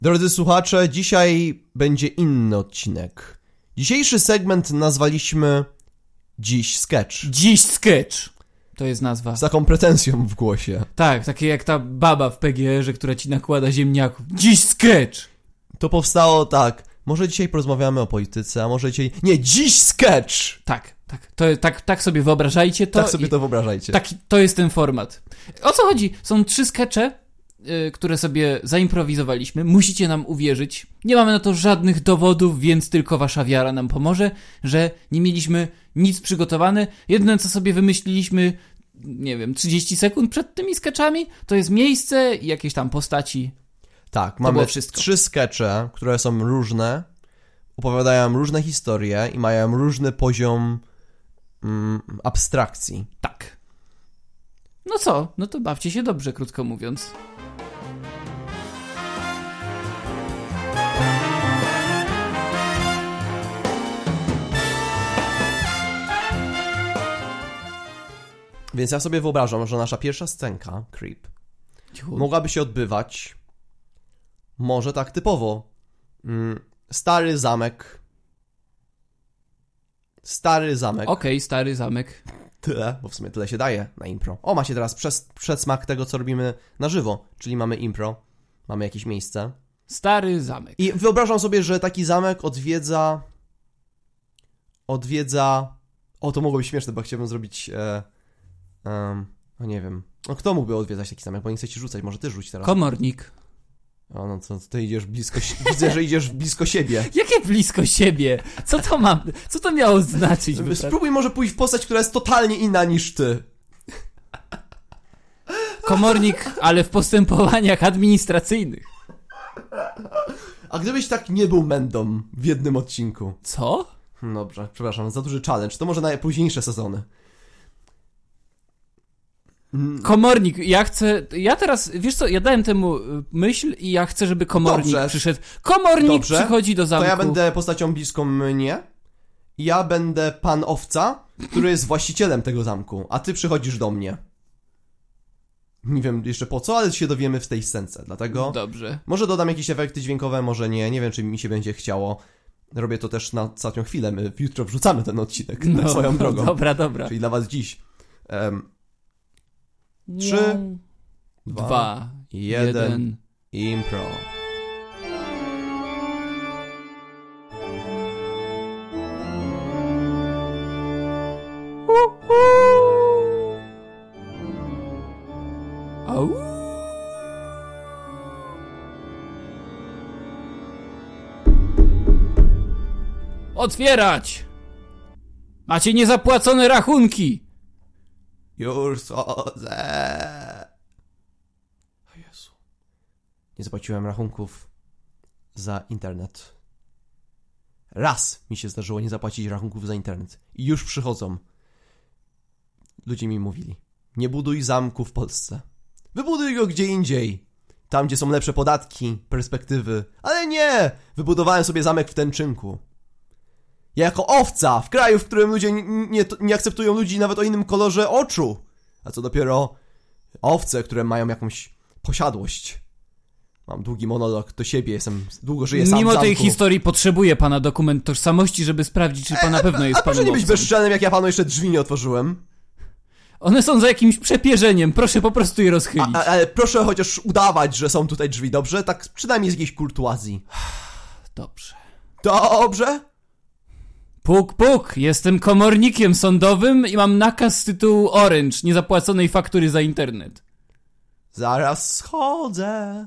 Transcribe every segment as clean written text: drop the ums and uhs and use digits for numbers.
Drodzy słuchacze, dzisiaj będzie inny odcinek. Dzisiejszy segment nazwaliśmy Dziś Sketch. Dziś Sketch. To jest nazwa. Z taką pretensją w głosie. Tak, takie jak ta baba w PGR-ze, która ci nakłada ziemniaków. Dziś Sketch. To powstało tak. Może dzisiaj porozmawiamy o polityce, a może dzisiaj... Nie, Dziś Sketch! Tak sobie wyobrażajcie to. Tak sobie to wyobrażajcie. To jest ten format. O co chodzi? Są 3 skecze, które sobie zaimprowizowaliśmy. Musicie nam uwierzyć. Nie mamy na to żadnych dowodów, więc tylko wasza wiara nam pomoże, że nie mieliśmy nic przygotowane. Jedyne, co sobie wymyśliliśmy, nie wiem, 30 sekund przed tymi skeczami, to jest miejsce i jakieś tam postaci. Tak, mamy 3 skecze, które są różne, opowiadają różne historie i mają różny poziom abstrakcji. Tak. No co? No to bawcie się dobrze, krótko mówiąc. Więc ja sobie wyobrażam, że nasza pierwsza scenka, Creep, mogłaby się odbywać może tak typowo. Stary zamek. Okej, stary zamek. Tyle, bo w sumie tyle się daje na impro. O, macie teraz przedsmak tego, co robimy na żywo. Czyli mamy impro, mamy jakieś miejsce. Stary zamek. I wyobrażam sobie, że taki zamek odwiedza... O, to mogło być śmieszne, bo chciałbym zrobić... No nie wiem. No kto mógłby odwiedzać taki zamek, bo nie chcę ci rzucać, może ty rzuć teraz. Komornik. O, no to ty idziesz blisko... Widzę, że idziesz blisko siebie. Jakie blisko siebie? Co to miało znaczyć? Spróbuj może pójść w postać, która jest totalnie inna niż ty. Komornik, ale w postępowaniach administracyjnych. A gdybyś tak nie był Mendą w jednym odcinku? Co? Dobrze, przepraszam, za duży challenge. To może na późniejsze sezony. Komornik, ja teraz, wiesz co, ja dałem temu myśl i ja chcę, żeby komornik przyszedł. Komornik przychodzi do zamku. To ja będę postacią bliską mnie. Ja będę pan owca, który jest właścicielem tego zamku, a ty przychodzisz do mnie. Nie wiem jeszcze po co, ale się dowiemy w tej scence, dlatego... Dobrze. Może dodam jakieś efekty dźwiękowe, może nie. Nie wiem, czy mi się będzie chciało. Robię to też na ostatnią chwilę. My jutro wrzucamy ten odcinek swoją drogą. Dobra. Czyli dla was dziś. 3, 2, 1, impro. Au. Otwierać! Macie niezapłacone rachunki! Już schodzę. O Jezu. Nie zapłaciłem rachunków za internet. Raz mi się zdarzyło nie zapłacić rachunków za internet. I już przychodzą. Ludzie mi mówili: nie buduj zamku w Polsce. Wybuduj go gdzie indziej. Tam, gdzie są lepsze podatki, perspektywy. Ale nie! Wybudowałem sobie zamek w Tenczynku. Ja jako owca w kraju, w którym ludzie nie akceptują ludzi nawet o innym kolorze oczu. A co dopiero owce, które mają jakąś posiadłość. Mam długi monolog do siebie, długo żyję sam w Mimo zamku. tej historii potrzebuję pana dokument tożsamości, żeby sprawdzić, czy pana pewno jest panem proszę nie być owcą. bezczelnym, jak ja panu jeszcze drzwi nie otworzyłem. One są za jakimś przepierzeniem, proszę po prostu je rozchylić. Ale proszę chociaż udawać, że są tutaj drzwi, dobrze? Tak przynajmniej z jakiejś kurtuazji. Dobrze. Dobrze? Puk, puk, jestem komornikiem sądowym i mam nakaz z tytułu Orange, niezapłaconej faktury za internet. Zaraz schodzę.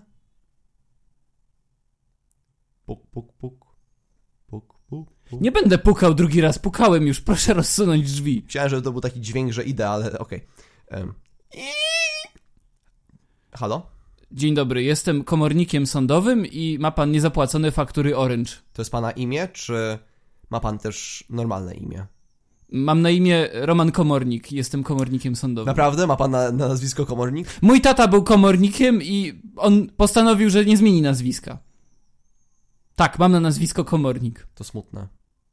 Puk, puk, puk. Puk, puk, puk. Nie będę pukał drugi raz, pukałem już, proszę rozsunąć drzwi. Myślałem, że to był taki dźwięk, że idę, ale okej. Halo? Dzień dobry, jestem komornikiem sądowym i ma pan niezapłacone faktury Orange. To jest pana imię, czy ma pan też normalne imię? Mam na imię Roman Komornik, jestem komornikiem sądowym. Naprawdę? Ma pan na nazwisko Komornik? Mój tata był komornikiem i on postanowił, że nie zmieni nazwiska. Tak, mam na nazwisko Komornik. To smutne.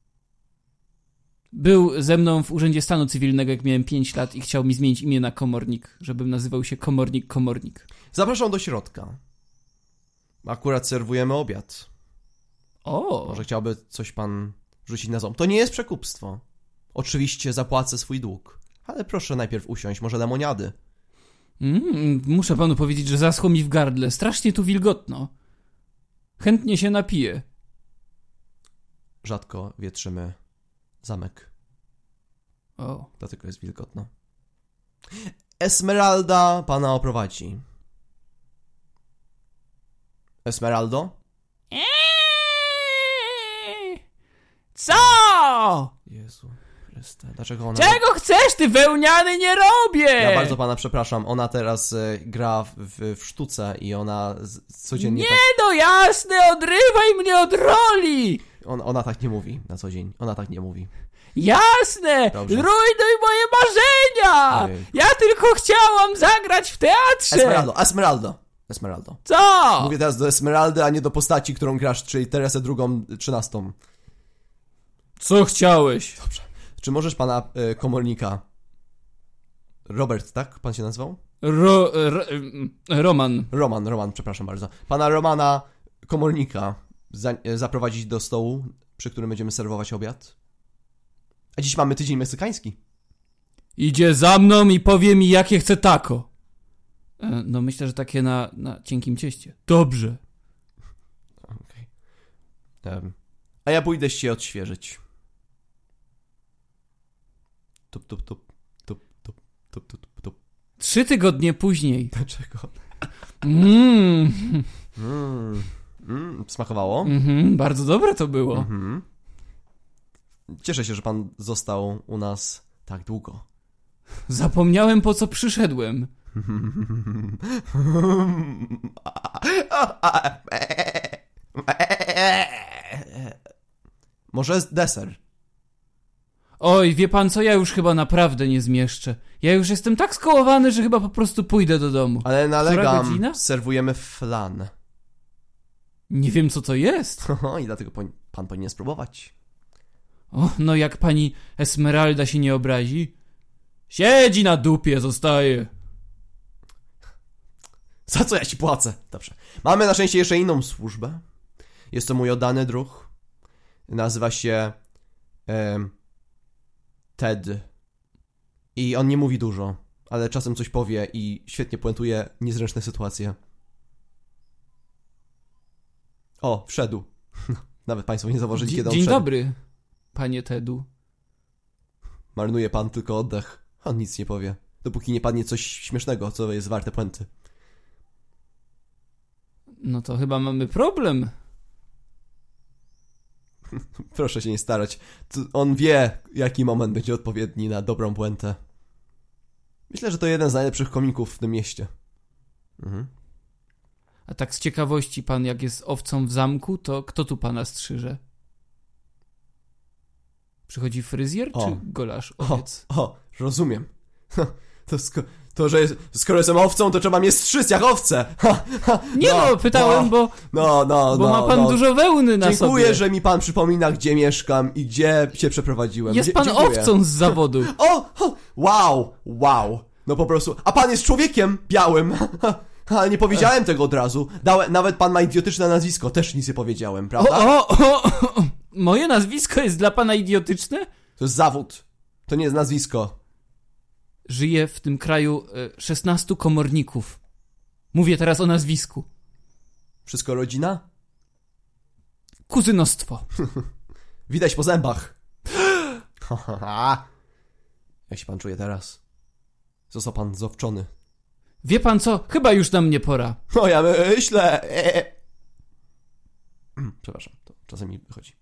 Był ze mną w Urzędzie Stanu Cywilnego, jak miałem 5 lat i chciał mi zmienić imię na Komornik, żebym nazywał się Komornik. Zapraszam do środka. Akurat serwujemy obiad. O! Może chciałby coś pan rzucić na ząb. To nie jest przekupstwo. Oczywiście zapłacę swój dług. Ale proszę najpierw usiąść, może lemoniady. Muszę panu powiedzieć, że zaschło mi w gardle. Strasznie tu wilgotno. Chętnie się napiję. Rzadko wietrzymy zamek. O. Dlatego jest wilgotno. Esmeralda pana oprowadzi. Esmeraldo? Co? Jezu Chryste, dlaczego ona... Czego chcesz, ty wełniany nie robię! Ja bardzo pana przepraszam, ona teraz gra w sztuce i ona codziennie Nie tak... no jasne, odrywaj mnie od roli! Ona tak nie mówi na co dzień, ona tak nie mówi. Jasne! Dobrze. Zrujnuj moje marzenia! Ojej. Ja tylko chciałam zagrać w teatrze! Esmeraldo. Co? Mówię teraz do Esmeraldy, a nie do postaci, którą grasz, czyli Teresę II 13. Co chciałeś? Dobrze. Czy możesz pana komornika... Robert, tak? Pan się nazywał? Roman. Roman, przepraszam bardzo. Pana Romana komornika zaprowadzić do stołu, przy którym będziemy serwować obiad? A dziś mamy tydzień meksykański. Idzie za mną i powie mi, jakie chce taco. No myślę, że takie na cienkim cieście. Dobrze. Okej. A ja pójdę się odświeżyć. Tup, tup, tup, tup, tup, tup, tup, tup. 3 tygodnie później. Dlaczego? Mmm. Smakowało? Bardzo dobre to było. Cieszę się, że pan został u nas tak długo. Zapomniałem, po co przyszedłem. Może deser? Oj, wie pan co, ja już chyba naprawdę nie zmieszczę. Ja już jestem tak skołowany, że chyba po prostu pójdę do domu. Ale Która nalegam, godzina? serwujemy flan. Nie wiem, co to jest. I dlatego pan powinien spróbować. O, no jak pani Esmeralda się nie obrazi. Siedzi na dupie, zostaje. Za co ja ci płacę? Dobrze. Mamy na szczęście jeszcze inną służbę. Jest to mój oddany druh. Nazywa się Ted. I on nie mówi dużo, ale czasem coś powie i świetnie puentuje niezręczne sytuacje. O, wszedł. Nawet państwo nie zauważyli, kiedy on Dzień wszedł. dobry, panie Tedu. Marnuje pan tylko oddech. On nic nie powie. Dopóki nie padnie coś śmiesznego, co jest warte puenty. No to chyba mamy problem. Proszę się nie starać. On wie, jaki moment będzie odpowiedni na dobrą puentę. Myślę, że to jeden z najlepszych komików w tym mieście. A tak z ciekawości, pan jak jest owcą w zamku, to kto tu pana strzyże? Przychodzi fryzjer czy golarz owiec? Rozumiem. Skoro jestem owcą, to trzeba mnie strzyc jak owcę. Pytałem, bo ma pan dużo wełny na sobie. Dziękuję, że mi pan przypomina, gdzie mieszkam i gdzie się przeprowadziłem. Jest pan owcą z zawodu. Wow. No po prostu. A pan jest człowiekiem białym. Ale nie powiedziałem tego od razu. Nawet pan ma idiotyczne nazwisko. Też nic nie powiedziałem, prawda? Moje nazwisko jest dla pana idiotyczne? To jest zawód. To nie jest nazwisko. Żyje w tym kraju 16 komorników. Mówię teraz o nazwisku. Wszystko rodzina? Kuzynostwo. Widać po zębach. Jak się pan czuje teraz? Został pan zowczony. Wie pan co? Chyba już na mnie pora. No ja myślę. Przepraszam, to czasem mi wychodzi.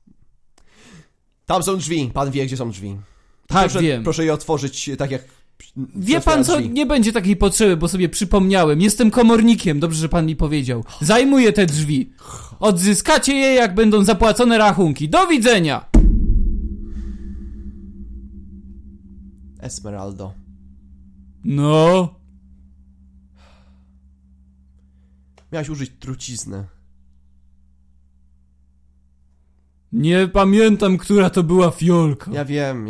Tam są drzwi. Pan wie, gdzie są drzwi. Tak, wiem. Proszę je otworzyć tak jak... Wie pan co? Nie będzie takiej potrzeby, bo sobie przypomniałem. Jestem komornikiem, dobrze, że pan mi powiedział. Zajmuję te drzwi. Odzyskacie je, jak będą zapłacone rachunki. Do widzenia! Esmeraldo. No? Miałeś użyć trucizny. Nie pamiętam, która to była fiolka. Ja wiem.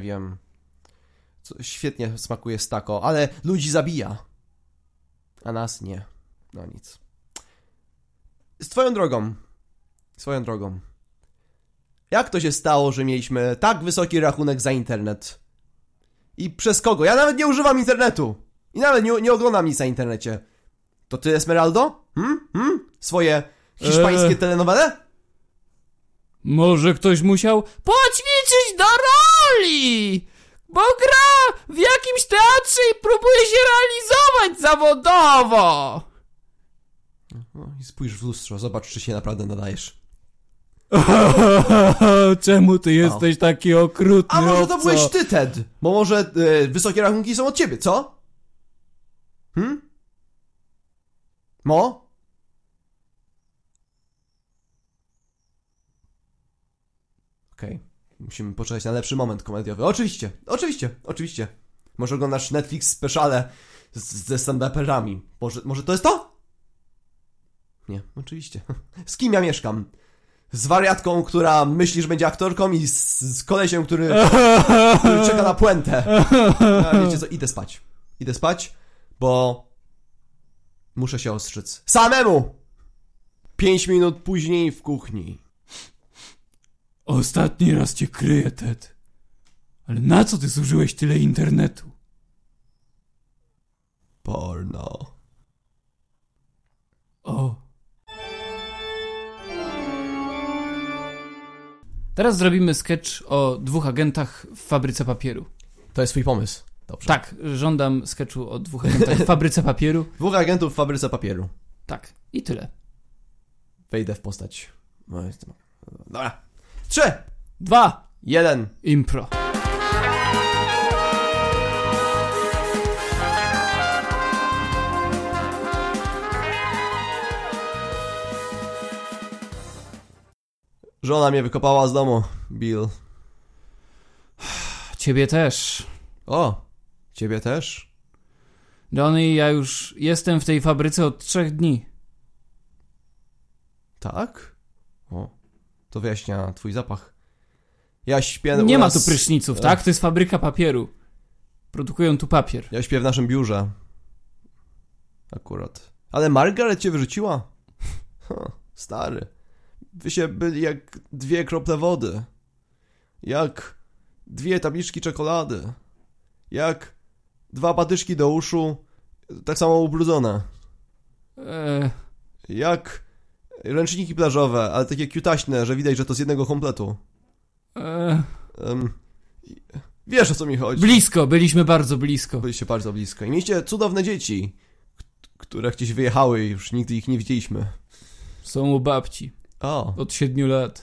Świetnie smakuje stako, ale ludzi zabija. A nas nie. No nic. Swoją drogą. Jak to się stało, że mieliśmy tak wysoki rachunek za internet? I przez kogo? Ja nawet nie używam internetu. I nawet nie oglądam nic na internecie. To ty, Esmeraldo? Swoje hiszpańskie telenowele? Może ktoś musiał poćwiczyć do roli, bo gra w jakimś teatrze i próbuje się realizować zawodowo. No i spójrz w lustro, zobacz, czy się naprawdę nadajesz. Czemu ty jesteś taki okrutny, A może obco? to byłeś ty, Ted? Bo może wysokie rachunki są od ciebie, co? Mo? Okej. Musimy poczekać na lepszy moment komediowy. Oczywiście. Może oglądasz Netflix speciale ze stand-uperami. Może to jest to? Nie, oczywiście. Z kim ja mieszkam? Z wariatką, która myśli, że będzie aktorką i z kolesiem, który czeka na puentę. A wiecie co? Idę spać, bo muszę się ostrzyc. Samemu! 5 minut później w kuchni. Ostatni raz cię kryję, Ted. Ale na co ty zużyłeś tyle internetu? Porno. O. Teraz zrobimy sketch o 2 agentach w fabryce papieru. To jest twój pomysł. Dobrze. Tak, żądam sketchu o 2 agentach w fabryce papieru. 2 agentów w fabryce papieru. Tak, i tyle. Wejdę w postać. No, jestem. Dobra. 3, 2, 1. impro. Żona mnie wykopała z domu, Bill. Ciebie też. O, ciebie też? Johnny, ja już jestem w tej fabryce od 3 dni. Tak? O, to wyjaśnia twój zapach. Ja śpię Nie u ma nas... tu pryszniców, tak? To jest fabryka papieru. Produkują tu papier. Ja śpię w naszym biurze. Akurat. Ale Margaret cię wyrzuciła? Stary. Wy się byli jak 2 krople wody. Jak 2 tabliczki czekolady. Jak 2 patyszki do uszu, tak samo ubrudzone. Jak ręczniki plażowe, ale takie kiutaśne, że widać, że to z jednego kompletu. Wiesz, o co mi chodzi. Blisko, byliśmy bardzo blisko. Byliście bardzo blisko. I mieliście cudowne dzieci, które gdzieś wyjechały i już nigdy ich nie widzieliśmy. Są u babci. O. Od 7 lat.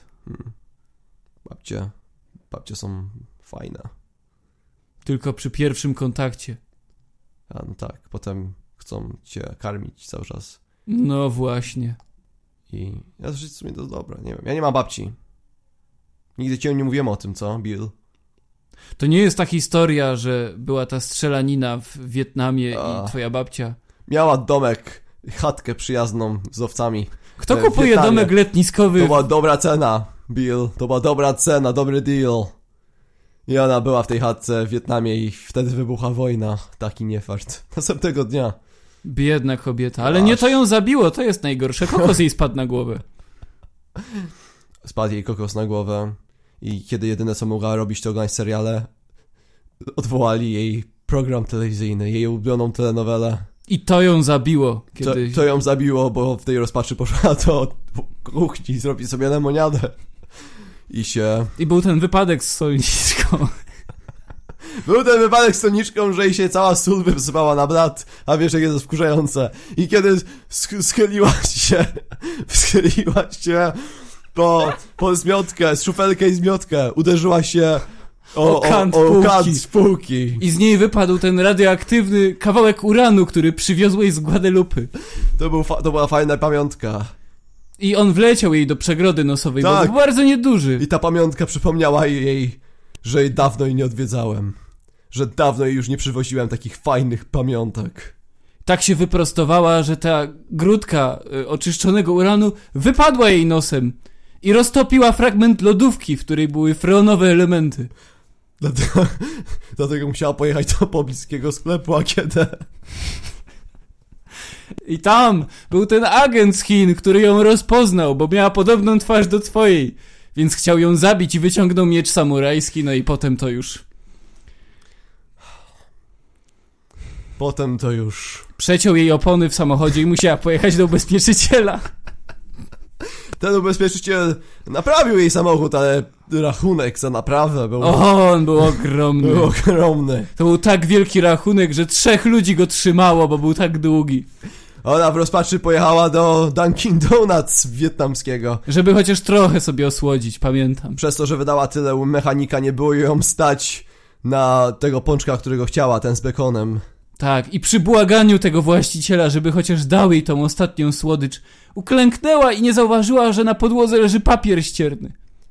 Babcie są fajne. Tylko przy pierwszym kontakcie. A no tak, potem chcą cię karmić cały czas. No właśnie. I ja w sumie to jest dobre, nie wiem. Ja nie mam babci. Nigdy ci nie mówiłem o tym, co, Bill? To nie jest ta historia, że była ta strzelanina w Wietnamie i twoja babcia... Miała domek, chatkę przyjazną z owcami. Kto kupuje domek letniskowy? To była dobra cena, Bill. To była dobra cena, dobry deal. I ona była w tej chatce w Wietnamie i wtedy wybuchła wojna. Taki niefart. Następnego dnia. Biedna kobieta. Ale nie to ją zabiło, to jest najgorsze. Kokos jej spadł na głowę. Spadł jej kokos na głowę. I kiedy jedyne co mogła robić to oglądać seriale, odwołali jej program telewizyjny, jej ulubioną telenowelę. I to ją zabiło. Kiedy... To ją zabiło, bo w tej rozpaczy poszła do kuchni zrobić sobie lemoniadę. I był ten wypadek z solniczką. Był ten wypadek z solniczką, że jej się cała sól wysypała na blat, a wiesz, jak jest to wkurzające. I kiedy schyliłaś się po zmiotkę, z szufelkę i zmiotkę, uderzyła się o kant spółki. I z niej wypadł ten radioaktywny kawałek uranu, który przywiozłeś z Guadalupy. To była fajna pamiątka. I on wleciał jej do przegrody nosowej, tak. Bo był bardzo nieduży. I ta pamiątka przypomniała jej, że dawno jej nie odwiedzałem. Że dawno jej już nie przywoziłem takich fajnych pamiątek. Tak się wyprostowała, że ta grudka oczyszczonego uranu wypadła jej nosem i roztopiła fragment lodówki, w której były freonowe elementy. Dlatego musiała pojechać do pobliskiego sklepu, a kiedy... I tam był ten agent z Chin, który ją rozpoznał, bo miała podobną twarz do twojej. Więc chciał ją zabić i wyciągnął miecz samurajski, no i potem to już... Przeciął jej opony w samochodzie i musiała pojechać do ubezpieczyciela. Ten ubezpieczyciel naprawił jej samochód, ale rachunek za naprawę był... O, on był ogromny. Był ogromny. To był tak wielki rachunek, że 3 ludzi go trzymało, bo był tak długi. Ona w rozpaczy pojechała do Dunkin Donuts wietnamskiego. Żeby chociaż trochę sobie osłodzić, pamiętam. Przez to, że wydała tyle, u mechanika nie było ją stać na tego pączka, którego chciała, ten z bekonem. Tak, i przy błaganiu tego właściciela, żeby chociaż dał jej tą ostatnią słodycz, uklęknęła i nie zauważyła, że na podłodze leży papier ścierny.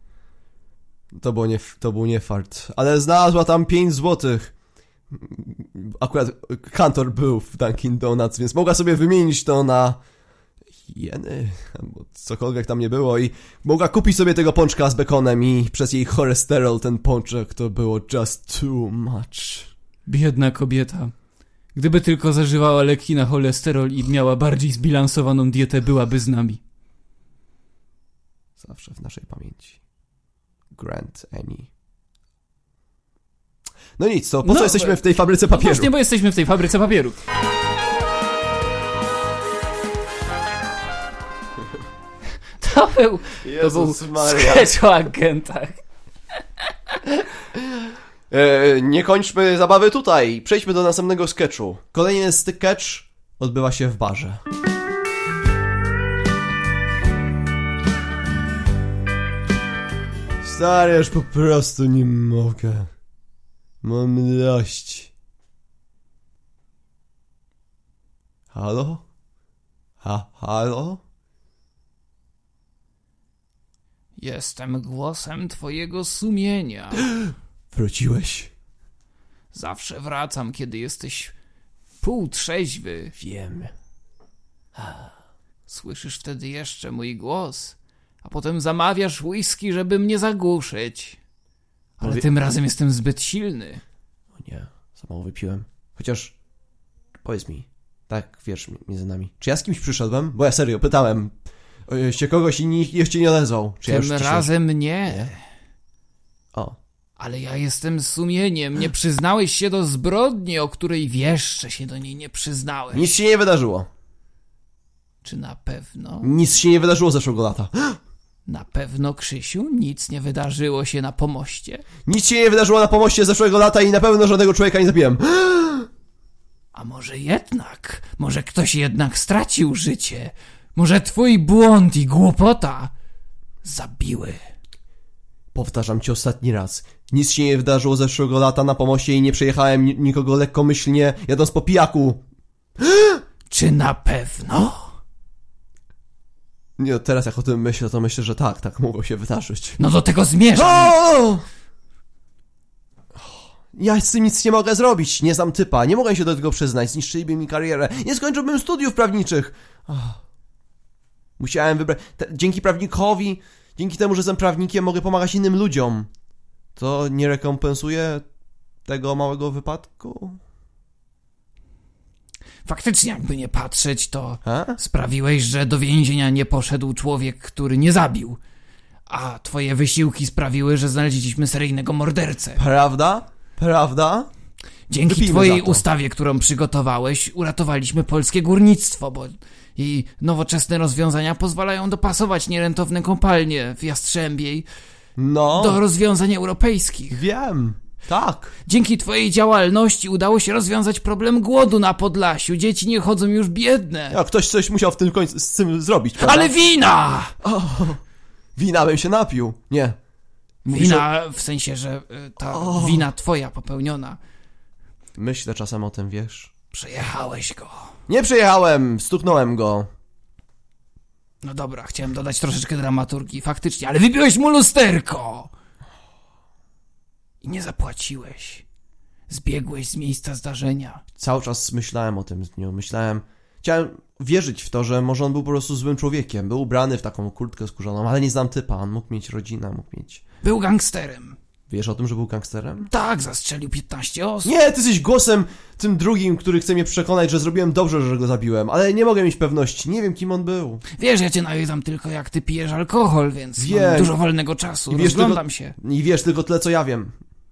To był nie fart. Ale znalazła tam 5 złotych. Akurat kantor był w Dunkin Donuts, więc mogła sobie wymienić to na jeny, albo cokolwiek tam nie było i mogła kupić sobie tego pączka z bekonem i przez jej cholesterol ten pączek to było just too much. Biedna kobieta. Gdyby tylko zażywała leki na cholesterol i miała bardziej zbilansowaną dietę, byłaby z nami. Zawsze w naszej pamięci. Grant Annie. No nic, to po co jesteśmy w tej fabryce papieru? Właśnie, bo jesteśmy w tej fabryce papieru. To był sketch o agentach. Nie kończmy zabawy tutaj. Przejdźmy do następnego sketchu. Kolejny sketch odbywa się w barze. Stary, już po prostu nie mogę. Mam dość. Halo? Halo? Jestem głosem twojego sumienia. Wróciłeś. Zawsze wracam, kiedy jesteś półtrzeźwy. Wiem. Słyszysz wtedy jeszcze mój głos, a potem zamawiasz whisky, żeby mnie zagłuszyć. Ale tym razem jestem zbyt silny. O nie, za mało wypiłem. Chociaż, powiedz mi, tak wiesz, między nami, czy ja z kimś przyszedłem? Bo ja serio, pytałem się kogoś i nikt jeszcze nie odezwał. Czy tym ja razem nie. O. Ale ja jestem sumieniem. Nie przyznałeś się do zbrodni, o której wiesz, że się do niej nie przyznałeś. Nic się nie wydarzyło. Czy na pewno? Nic się nie wydarzyło zeszłego lata. Na pewno, Krzysiu? Nic nie wydarzyło się na pomoście? Nic się nie wydarzyło na pomoście zeszłego lata i na pewno żadnego człowieka nie zabiłem. A może jednak? Może ktoś jednak stracił życie? Może twój błąd i głupota zabiły? Powtarzam ci ostatni raz. Nic się nie wydarzyło zeszłego lata na pomoście i nie przejechałem nikogo lekkomyślnie jadąc po pijaku. Czy na pewno? Nie, teraz jak o tym myślę, to myślę, że tak mogło się wydarzyć. No do tego zmierzam. O! Ja z tym nic nie mogę zrobić. Nie znam typa. Nie mogę się do tego przyznać. Zniszczyliby mi karierę. Nie skończyłbym studiów prawniczych. Musiałem wybrać... Dzięki prawnikowi, dzięki temu, że jestem prawnikiem, mogę pomagać innym ludziom. To nie rekompensuje tego małego wypadku? Faktycznie, jakby nie patrzeć, to sprawiłeś, że do więzienia nie poszedł człowiek, który nie zabił. A twoje wysiłki sprawiły, że znaleźliśmy seryjnego mordercę. Prawda? Prawda? Dzięki Wypijmy twojej za to. ustawie, którą przygotowałeś, uratowaliśmy polskie górnictwo, bo jej nowoczesne rozwiązania pozwalają dopasować nierentowne kopalnie w Jastrzębiej do rozwiązań europejskich. Wiem. Tak. Dzięki twojej działalności udało się rozwiązać problem głodu na Podlasiu. Dzieci nie chodzą już biedne. Ja, ktoś coś musiał w tym końcu z tym zrobić, prawda? Ale wina! Wina bym się napił. Nie. Wina w sensie, że ta wina twoja popełniona. Myślę czasem o tym, wiesz. Przejechałeś go. Nie przejechałem, stuknąłem go. No dobra, chciałem dodać troszeczkę dramaturgii, faktycznie, ale wybiłeś mu lusterko! I nie zapłaciłeś. Zbiegłeś z miejsca zdarzenia. Cały czas myślałem o tym dniu. Chciałem wierzyć w to, że może on był po prostu złym człowiekiem. Był ubrany w taką kurtkę skórzaną, ale nie znam typa. On mógł mieć rodzinę, mógł mieć... Był gangsterem. Wiesz o tym, że był gangsterem? Tak, zastrzelił 15 osób. Nie, ty jesteś głosem tym drugim, który chce mnie przekonać, że zrobiłem dobrze, że go zabiłem, ale nie mogę mieć pewności, nie wiem kim on był. Wiesz, ja cię nawiedzam tylko jak ty pijesz alkohol, więc mam Wiem. dużo wolnego czasu, I wiesz rozglądam się. I wiesz tylko tyle, co ja wiem.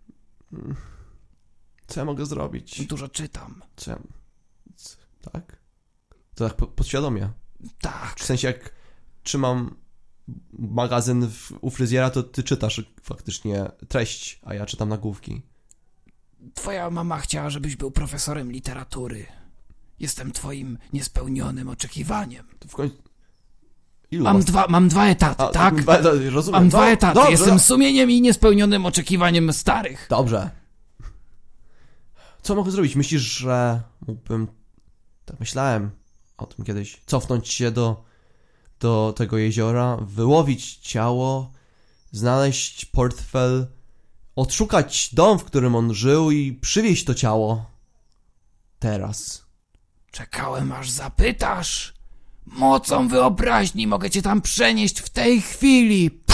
Co ja mogę zrobić? Dużo czytam. Co ja... Tak? To tak podświadomie. Tak. W sensie jak trzymam magazyn u fryzjera, to ty czytasz faktycznie treść, a ja czytam nagłówki. Twoja mama chciała, żebyś był profesorem literatury. Jestem twoim niespełnionym oczekiwaniem. To w końcu... Ilu Mam dwa etaty, tak? Rozumiem. Mam dwa etaty. Dobrze. Jestem sumieniem i niespełnionym oczekiwaniem starych. Dobrze. Co mogę zrobić? Myślisz, że mógłbym... Tak myślałem o tym kiedyś. Cofnąć się do tego jeziora, wyłowić ciało, znaleźć portfel, odszukać dom, w którym on żył i przywieźć to ciało. Teraz. Czekałem, aż zapytasz. Mocą wyobraźni mogę cię tam przenieść w tej chwili.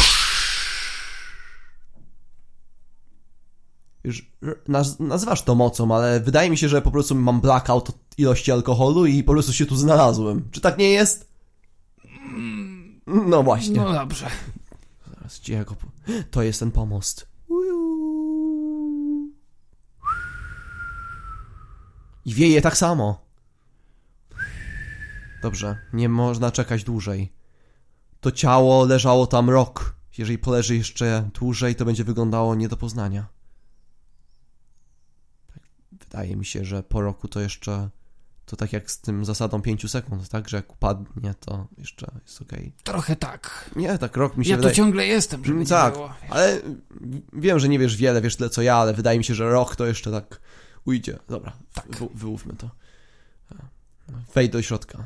Już nazywasz to mocą, ale wydaje mi się, że po prostu mam blackout od ilości alkoholu i po prostu się tu znalazłem. Czy tak nie jest? No właśnie. No dobrze. Zaraz cicho. To jest ten pomost. I wieje tak samo. Dobrze, nie można czekać dłużej. To ciało leżało tam rok. Jeżeli poleży jeszcze dłużej, to będzie wyglądało nie do poznania. Wydaje mi się, że po roku to jeszcze... To tak jak z tym zasadą 5 sekund, tak? Że jak upadnie, to jeszcze jest okej. Trochę tak. Nie, tak rok mi się Ja wydaje... tu ciągle jestem, żeby tak, nie było. ale wiem, że nie wiesz wiele, wiesz tyle co ja, ale wydaje mi się, że rok to jeszcze tak ujdzie. Dobra, tak. Wyłówmy to. Wejdź do środka.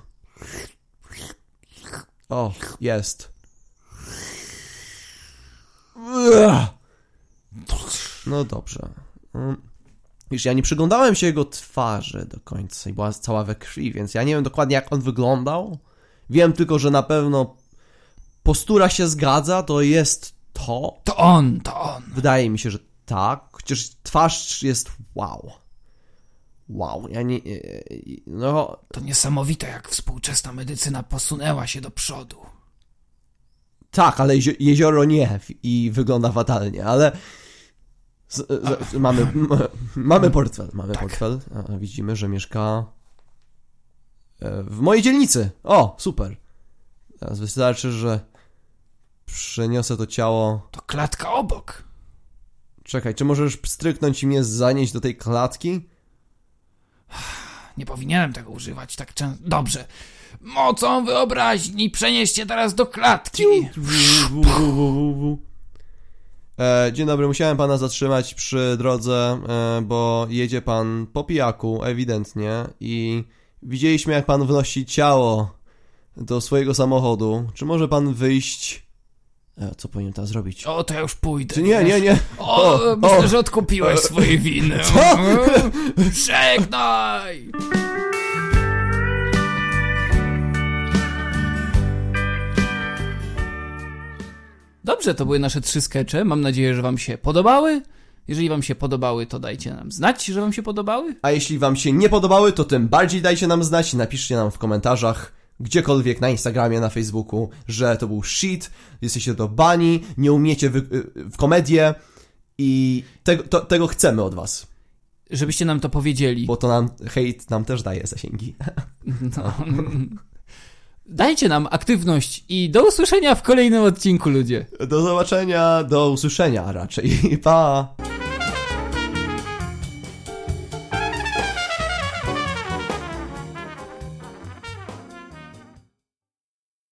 O, jest. No dobrze. Wiesz, ja nie przyglądałem się jego twarzy do końca i była cała we krwi, więc ja nie wiem dokładnie jak on wyglądał. Wiem tylko, że na pewno postura się zgadza, to jest to. To on. Wydaje mi się, że tak, chociaż twarz jest wow. Wow, ja nie... No... To niesamowite, jak współczesna medycyna posunęła się do przodu. Tak, ale jezioro nie i wygląda fatalnie, ale... Mamy portfel, Tak. portfel, a widzimy, że mieszka w mojej dzielnicy. O, super. Teraz wystarczy, że przeniosę to ciało... To klatka obok. Czekaj, czy możesz stryknąć i mnie zanieść do tej klatki? Nie powinienem tego używać tak często. Dobrze. Mocą wyobraźni przenieście teraz do klatki. Dzień dobry, musiałem pana zatrzymać przy drodze, bo jedzie pan po pijaku, ewidentnie, i widzieliśmy, jak pan wnosi ciało do swojego samochodu. Czy może pan wyjść... Co powinien teraz zrobić? O, to ja już pójdę. Nie. Myślę, że odkupiłeś swoje winy. Żegnaj! Dobrze, to były nasze 3 skecze. Mam nadzieję, że wam się podobały. Jeżeli wam się podobały, to dajcie nam znać, że wam się podobały. A jeśli wam się nie podobały, to tym bardziej dajcie nam znać. Napiszcie nam w komentarzach, gdziekolwiek, na Instagramie, na Facebooku, że to był shit, jesteście do bani, nie umiecie w komedię i tego chcemy od was. Żebyście nam to powiedzieli. Bo to hejt nam też daje zasięgi. No. Dajcie nam aktywność i do usłyszenia w kolejnym odcinku, ludzie. Do zobaczenia, do usłyszenia raczej. Pa!